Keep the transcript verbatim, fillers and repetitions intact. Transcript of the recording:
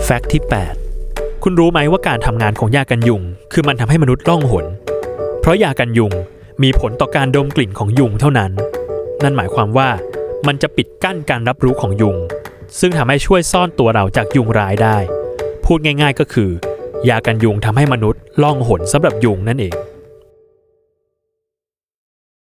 แฟกต์ที่แปดคุณรู้ไหมว่าการทำงานของยากันยุงคือมันทำให้มนุษย์ล่องหนเพราะยากันยุงมีผลต่อการดมกลิ่นของยุงเท่านั้นนั่นหมายความว่ามันจะปิดกั้นการรับรู้ของยุงซึ่งทำให้ช่วยซ่อนตัวเราจากยุงร้ายได้พูดง่ายๆก็คือยากันยุงทำให้มนุษย์ล่องหนสำหรับยุงนั่นเอง